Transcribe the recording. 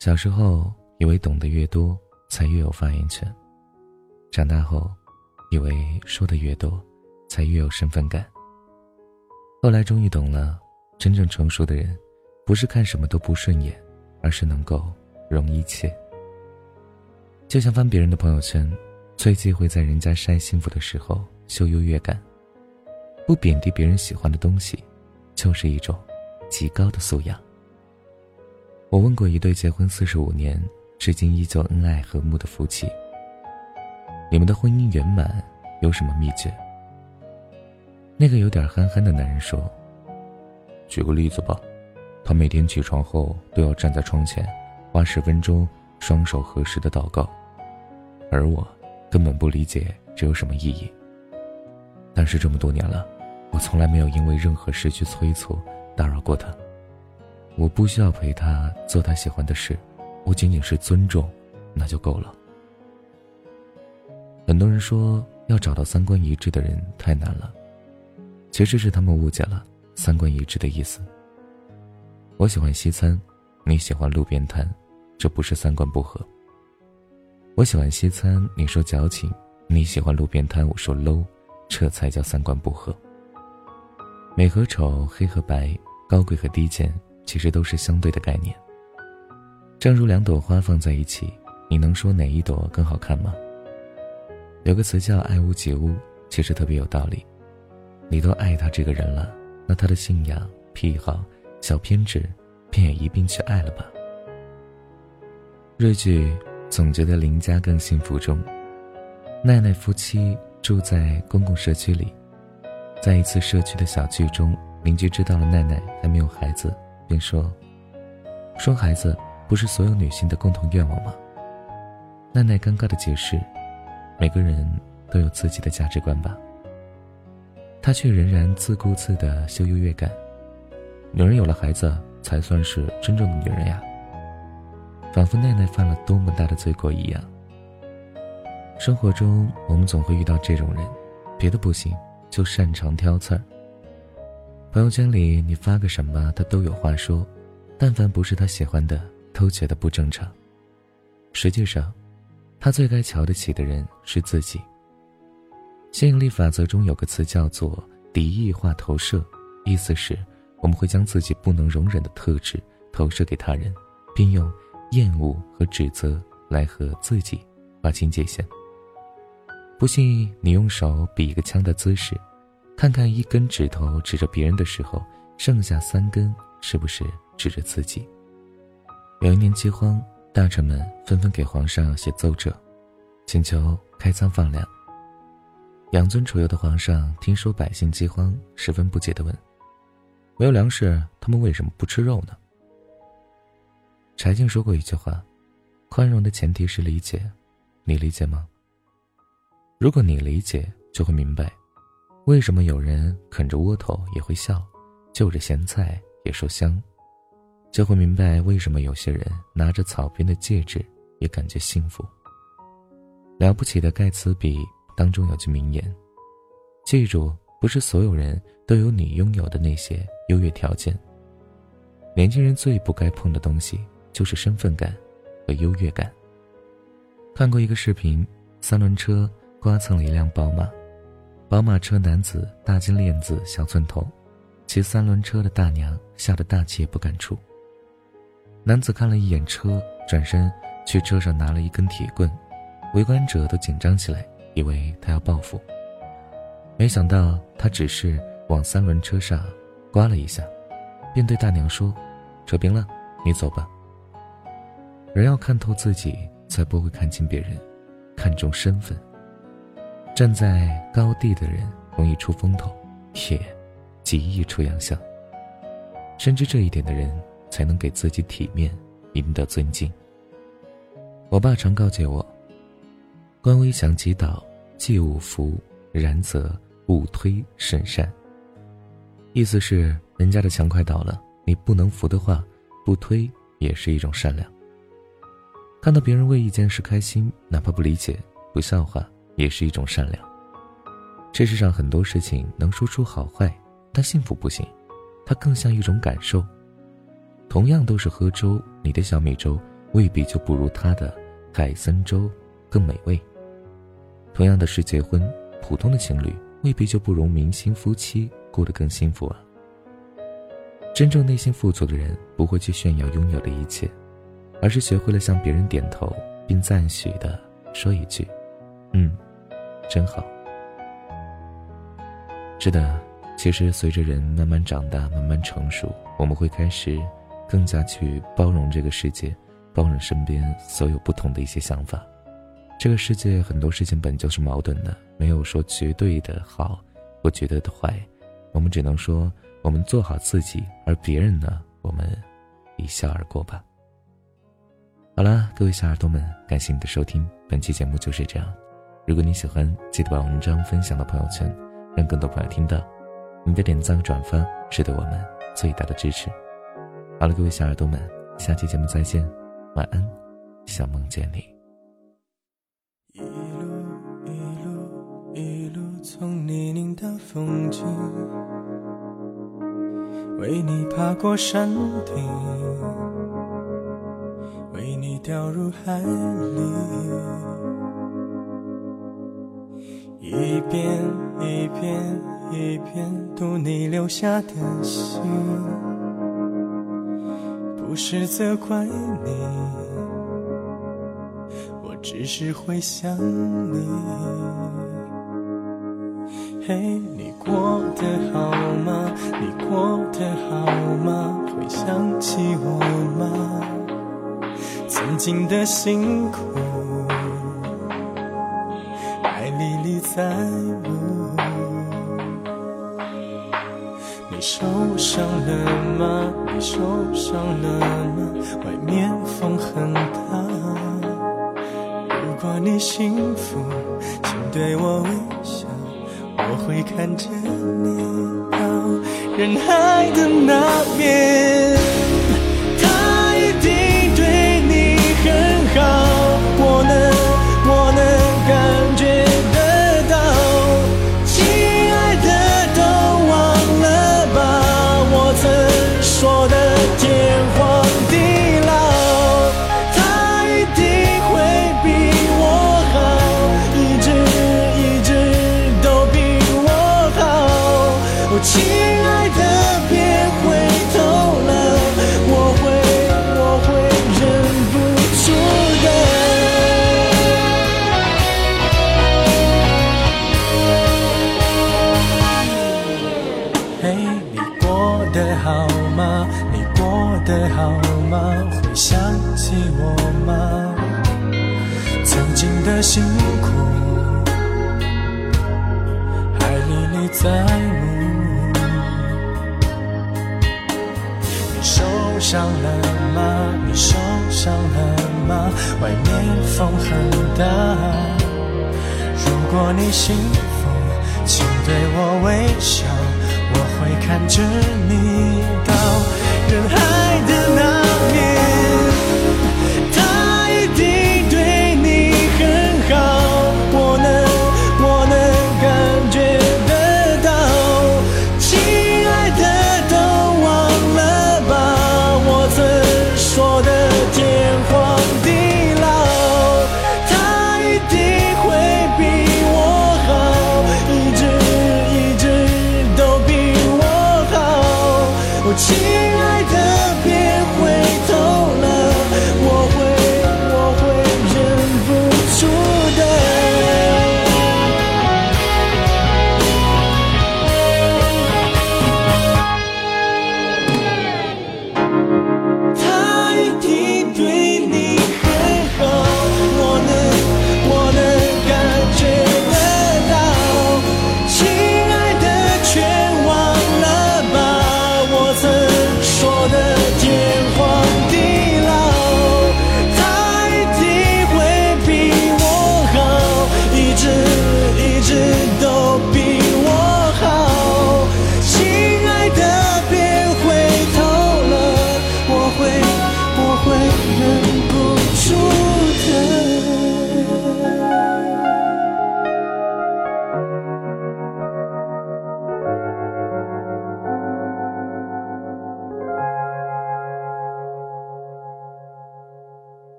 小时候以为懂得越多才越有发言权，长大后以为说的越多才越有身份感。后来终于懂了，真正成熟的人不是看什么都不顺眼，而是能够容一切。就像翻别人的朋友圈，最忌讳在人家晒幸福的时候秀优越感。不贬低别人喜欢的东西，就是一种极高的素养。我问过一对结婚45年至今依旧恩爱和睦的夫妻，你们的婚姻圆满有什么秘诀？那个有点憨憨的男人说，举个例子吧，他每天起床后都要站在窗前花10分钟双手合十的祷告，而我根本不理解这有什么意义。但是这么多年了，我从来没有因为任何事去催促打扰过他。我不需要陪他做他喜欢的事，我仅仅是尊重，那就够了。很多人说要找到三观一致的人太难了，其实是他们误解了三观一致的意思。我喜欢西餐，你喜欢路边摊，这不是三观不合。我喜欢西餐，你说矫情，你喜欢路边摊，我说 low， 这才叫三观不合。美和丑，黑和白，高贵和低贱，其实都是相对的概念。正如两朵花放在一起，你能说哪一朵更好看吗？有个词叫爱屋及乌，其实特别有道理。你都爱他这个人了，那他的信仰、癖好、小偏执便也一并去爱了吧。日剧总觉得邻家更幸福中，奈奈夫妻住在公共社区里，在一次社区的小聚中，邻居知道了奈奈还没有孩子，便说，生孩子不是所有女性的共同愿望吗？奈奈尴尬地解释，每个人都有自己的价值观吧。她却仍然自顾自地秀优越感，女人有了孩子才算是真正的女人呀，仿佛奈奈犯了多么大的罪过一样。生活中我们总会遇到这种人，别的不行，就擅长挑刺儿。朋友圈里你发个什么他都有话说，但凡不是他喜欢的都觉得不正常。实际上他最该瞧得起的人是自己。吸引力法则中有个词叫做敌意化投射，意思是我们会将自己不能容忍的特质投射给他人，并用厌恶和指责来和自己划清界限。不信你用手比一个枪的姿势，看看一根指头指着别人的时候，剩下3根是不是指着自己？有一年饥荒，大臣们纷纷给皇上写奏折，请求开仓放粮。养尊处优的皇上听说百姓饥荒，十分不解地问，没有粮食，他们为什么不吃肉呢？柴静说过一句话，宽容的前提是理解，你理解吗？如果你理解，就会明白为什么有人啃着窝头也会笑，就着咸菜也说香，就会明白为什么有些人拿着草编的戒指也感觉幸福。了不起的盖茨比当中有句名言，记住，不是所有人都有你拥有的那些优越条件。年轻人最不该碰的东西就是身份感和优越感。看过一个视频，3轮车刮蹭了一辆宝马，宝马车男子大金链子小寸头，骑3轮车的大娘吓得大气也不敢出。男子看了一眼车，转身去车上拿了一根铁棍，围观者都紧张起来，以为他要报复。没想到他只是往3轮车上刮了一下，便对大娘说，扯平了，你走吧。人要看透自己，才不会看清别人，看重身份。站在高地的人容易出风头，也极易出洋相。深知这一点的人才能给自己体面，赢得尊敬。我爸常告诫我，官微详其道，既勿服，然则勿推甚善。意思是人家的墙快倒了，你不能服的话，不推也是一种善良。看到别人为一件事开心，哪怕不理解不笑话，也是一种善良。这世上很多事情能说出好坏，但幸福不行，它更像一种感受。同样都是喝粥，你的小米粥未必就不如他的海参粥更美味。同样的是结婚，普通的情侣未必就不如明星夫妻过得更幸福啊。真正内心富足的人不会去炫耀拥有的一切，而是学会了向别人点头，并赞许地说一句真好。是的，其实随着人慢慢长大，慢慢成熟，我们会开始更加去包容这个世界，包容身边所有不同的一些想法。这个世界很多事情本就是矛盾的，没有说绝对的好或绝对的坏，我们只能说我们做好自己，而别人呢，我们一笑而过吧。好了，各位小耳朵们，感谢你的收听，本期节目就是这样。如果你喜欢，记得把文章分享到朋友圈，让更多朋友听到。你的点赞和转发是对我们最大的支持。好了，各位小耳朵们，下期节目再见，晚安，想梦见你。 一路一路一路从泥泞到风景，为你爬过山顶，为你掉入海里，一遍一遍一遍读你留下的信，不是责怪你，我只是会想你。嘿，你过得好吗？你过得好吗？会想起我吗？曾经的辛苦还历历在目。你受伤了吗？你受伤了吗？外面风很大。如果你幸福，请对我微笑，我会看着你到人海的那边。他一定对你很好，我能感觉得到。亲爱的，都忘了吧，我曾说的天荒地老。他一定会比我好，一直都比我好。亲爱的，别回头了，我会忍不住的。嘿，你过得好吗？你过得好吗？会想起我吗？曾经的辛苦还历历在目。你受伤了吗？你受伤了吗？外面风很大。如果你幸福，请对我微笑，我会看着你到人海